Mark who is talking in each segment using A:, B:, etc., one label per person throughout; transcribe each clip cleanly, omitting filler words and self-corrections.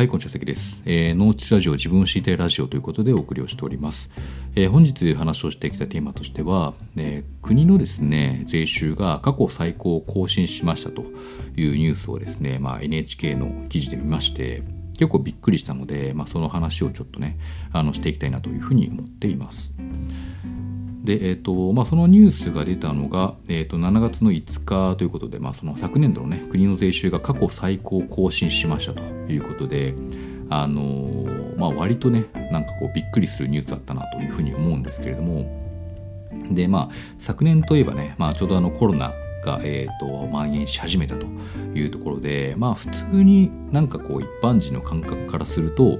A: はい、こんにちは、関です。農地ラジオ、自分を知りたいラジオということでお送りをしております。本日話をしてきたテーマとしては、国のですね、税収が過去最高を更新しましたというニュースをですね、NHK の記事で見まして、結構びっくりしたので、その話をちょっとね、していきたいなというふうに思っています。で、そのニュースが出たのが、7月の5日ということで、その昨年度のね、国の税収が過去最高を更新しましたということで、割とね、びっくりするニュースだったなというふうに思うんですけれども、で、昨年といえばね、ちょうどコロナが、蔓延し始めたというところで、普通に一般人の感覚からすると、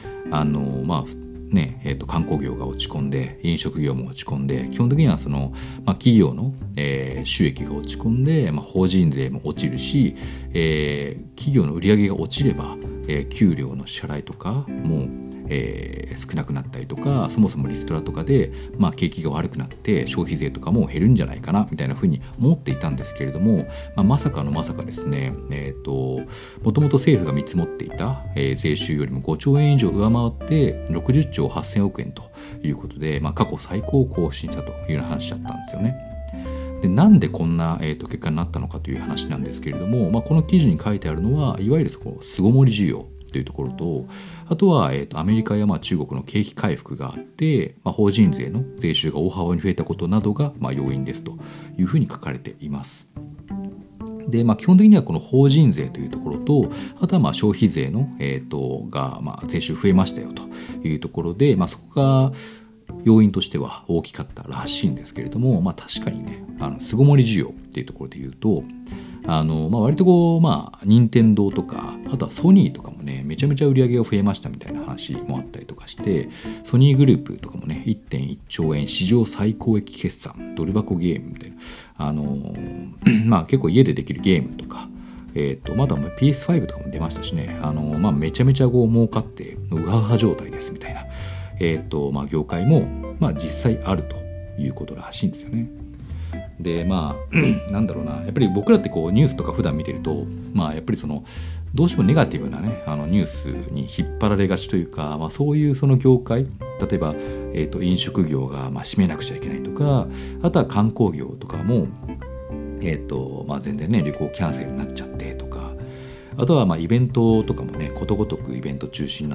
A: 観光業が落ち込んで飲食業も落ち込んで、基本的にはその、企業の、収益が落ち込んで、法人税も落ちるし、企業の売り上げが落ちれば、給料の支払いとかも、少なくなったりとか、そもそもリストラとかで、景気が悪くなって消費税とかも減るんじゃないかなみたいなふうに思っていたんですけれども、まさかですね、もともと政府が見積もっていた、税収よりも5兆円以上上回って60兆8000億円ということで、過去最高を更新したというような話だったんですよね。で、なんでこんな、結果になったのかという話なんですけれども、この記事に書いてあるのは、いわゆる巣ごもり需要というところと、あとは、アメリカや中国の景気回復があって、法人税の税収が大幅に増えたことなどが、要因ですというふうに書かれています。で、基本的にはこの法人税というところと、あとは消費税の、税収増えましたよというところで、そこが要因としては大きかったらしいんですけれども、確かにね、巣ごもり需要っていうところで言うと、割と任天堂とか、あとはソニーとかもね、めちゃめちゃ売り上げが増えましたみたいな話もあったりとかして、ソニーグループとかもね、1.1 兆円史上最高益決算、ドル箱ゲームみたいな、結構家でできるゲームとか、まだPS5 とかも出ましたしね、めちゃめちゃ儲かってウハウハ状態ですみたいな、業界も、実際あるということらしいんですよね。で、やっぱり僕らってニュースとか普段見てると、やっぱりどうしてもネガティブなね、ニュースに引っ張られがちというか、そういうその業界、例えば、飲食業が閉めなくちゃいけないとか、あとは観光業とかも、全然ね、旅行キャンセルになっちゃってとか、あとはイベントとかもね、ことごとくイベント中止になって、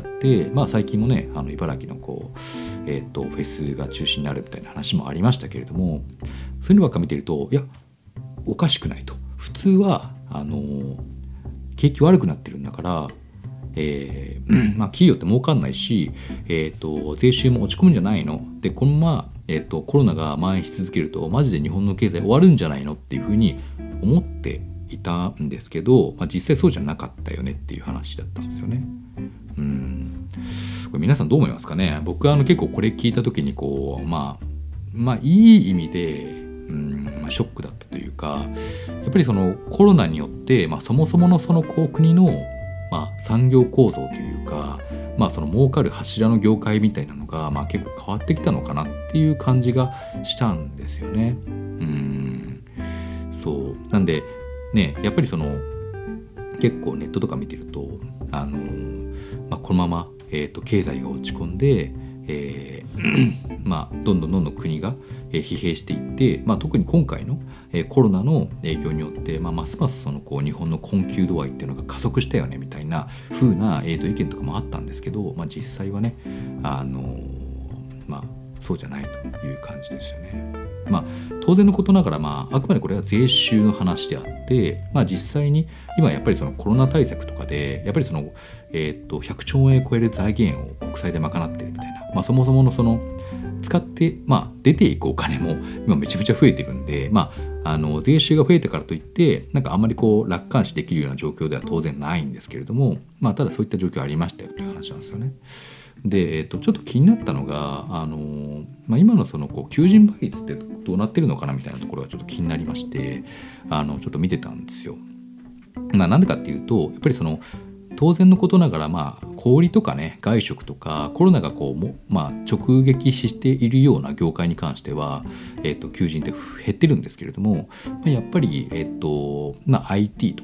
A: 最近もね、茨城のフェスが中止になるみたいな話もありましたけれども、そういうのばっか見てると、いやおかしくないと。普通は景気悪くなってるんだから、企業って儲かんないし、税収も落ち込むんじゃないので、このまま、コロナが蔓延し続けるとマジで日本の経済終わるんじゃないのっていうふうに思っていたんですけど、実際そうじゃなかったよねっていう話だったんですよね。これ皆さんどう思いますかね。僕は結構これ聞いた時にいい意味でショックだったというか、やっぱりそのコロナによって、そもそものその国の、産業構造というか、その儲かる柱の業界みたいなのが、結構変わってきたのかなっていう感じがしたんですよね。そうなんでね、やっぱり結構ネットとか見てると、このまま、経済が落ち込んで、どんどん国が疲弊していって、特に今回のコロナの影響によって、ますます日本の困窮度合いっていうのが加速したよねみたいな風な、意見とかもあったんですけど、実際はね、そうじゃないという感じですよね。当然のことながら、あくまでこれは税収の話であって、実際に今やっぱりコロナ対策とかでやっぱり100兆円を超える財源を国債で賄ってるみたいな、そもそもの使って、出ていくお金も今めちゃめちゃ増えてるんで、税収が増えてからといってあんまり楽観視できるような状況では当然ないんですけれども、ただそういった状況ありましたよという話なんですよね。で、ちょっと気になったのが、今の求人倍率ってどうなってるのかなみたいなところがちょっと気になりまして、ちょっと見てたんですよ。なんでかっていうと、やっぱり当然のことながら、小売とかね、外食とかコロナが直撃しているような業界に関しては、求人って減ってるんですけれども、やっぱり、IT とかね、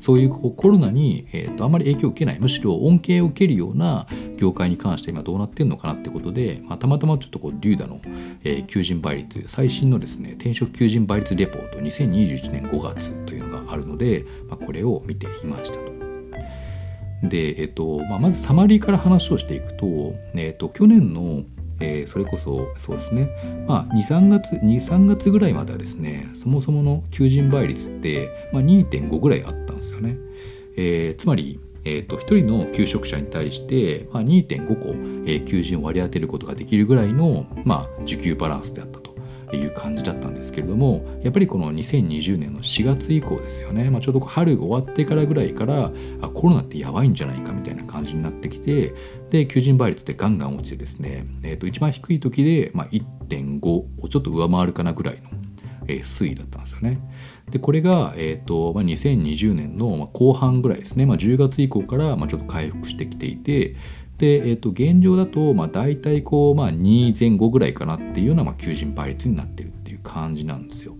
A: そういうコロナに、あまり影響を受けない、むしろ恩恵を受けるような業界に関して今どうなってるのかなってことで、たまたまちょっとデューダの、求人倍率、最新のですね転職求人倍率レポート2021年5月というのがあるので、これを見ていましたと。で、まずサマリーから話をしていくと、去年のそれこそそうですね、2、3月ぐらいまではですね、そもそもの求人倍率って、2.5 ぐらいあったんですよね。つまり、1人の求職者に対して、2.5 個、求人を割り当てることができるぐらいの、需給バランスであったという感じだったんですけれども、やっぱりこの2020年の4月以降ですよね、ちょうど春終わってからぐらいからコロナってやばいんじゃないかみたいな感じになってきて、で求人倍率ってガンガン落ちてですね、一番低い時で、1.5 をちょっと上回るかなぐらいの、推移だったんですよね。でこれが、2020年の後半ぐらいですね、10月以降からちょっと回復してきていて、で、現状だと大体2前後ぐらいかなっていうような求人倍率になってるっていう感じなんですよ。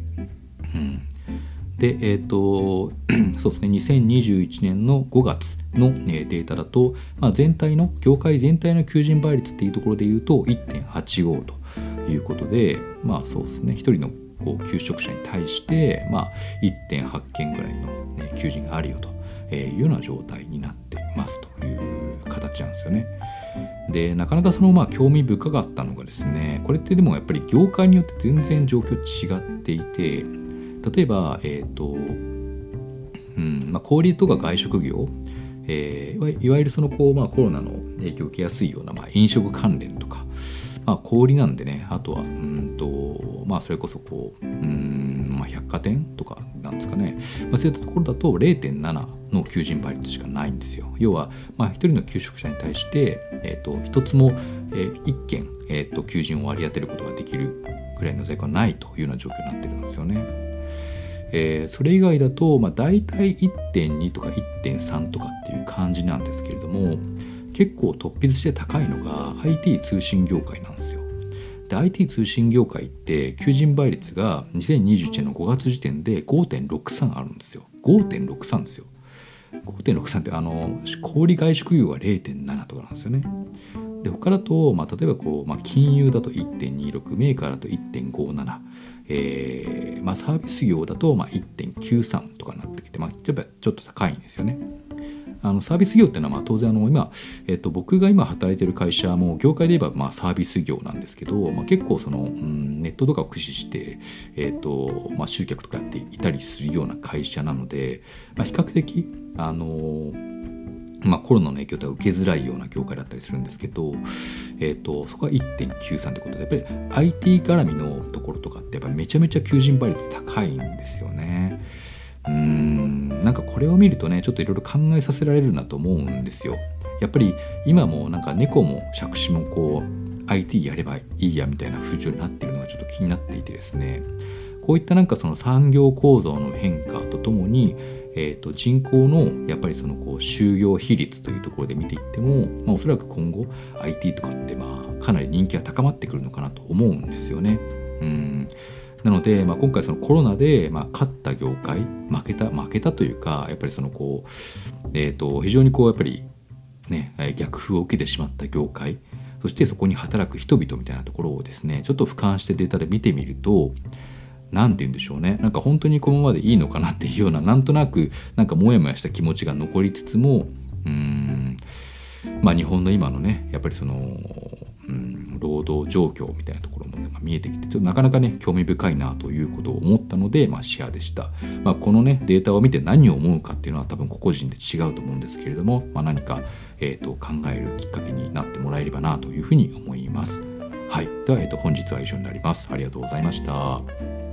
A: で、そうですね、2021年の5月のデータだと、業界全体の求人倍率っていうところでいうと 1.85 ということで、そうですね、一人の求職者に対して、1.8 件ぐらいの、求人があるよというような状態になっていますという形なんですよね。でなかなか興味深かったのがですね、これってでもやっぱり業界によって全然状況違っていて、例えば小売とか外食業、いわゆるコロナの影響を受けやすいような、飲食関連とか、小売なんでね、あとはそれこそ百貨店とかなんですかね、そういったところだと 0.7 の求人倍率しかないんですよ。要は一人の求職者に対して一つも1件求人を割り当てることができるぐらいの在庫がないというような状況になってるんですよね。それ以外だと大体 1.2 とか 1.3 とかっていう感じなんですけれども、結構突筆して高いのが IT 通信業界なんですよ。で IT 通信業界って求人倍率が2021年の5月時点で 5.63 あるんですよ。 5.63 ですよ。 5.63 って小売外食業が 0.7 とかなんですよね。で他だと、例えば金融だと 1.26、メーカーだと 1.57、サービス業だと1.93 とかになってきて、やっぱちょっと高いんですよね。サービス業っていうのは当然今、僕が今働いてる会社も業界で言えばサービス業なんですけど、結構ネットとかを駆使して、集客とかやっていたりするような会社なので、比較的コロナの影響では受けづらいような業界だったりするんですけど、そこは 1.93 ということで、やっぱり IT 絡みのところとかってやっぱりめちゃめちゃ求人倍率高いんですよね。なんかこれを見るとね、ちょっといろいろ考えさせられるなと思うんですよ。やっぱり今もなんか猫も杓子もIT やればいいやみたいな風潮になっているのがちょっと気になっていてですね、こういったなんか産業構造の変化とともに、人口のやっぱり就業比率というところで見ていっても、おそらく今後 IT とかってかなり人気が高まってくるのかなと思うんですよね。なので、今回コロナで勝った業界、負けたというか、やっぱり非常にやっぱりね、逆風を受けてしまった業界、そしてそこに働く人々みたいなところをですね、ちょっと俯瞰してデータで見てみると、なんて言うんでしょうね、なんか本当にこのままでいいのかなっていうような、なんとなくなんかモヤモヤした気持ちが残りつつも、日本の今のね、やっぱり労働状況みたいなところもなんか見えてきて、ちょっとなかなかね興味深いなということを思ったので、シェアでした。このねデータを見て何を思うかっていうのは多分個々人で違うと思うんですけれども、何か、考えるきっかけになってもらえればなというふうに思います。はい、では、本日は以上になります。ありがとうございました。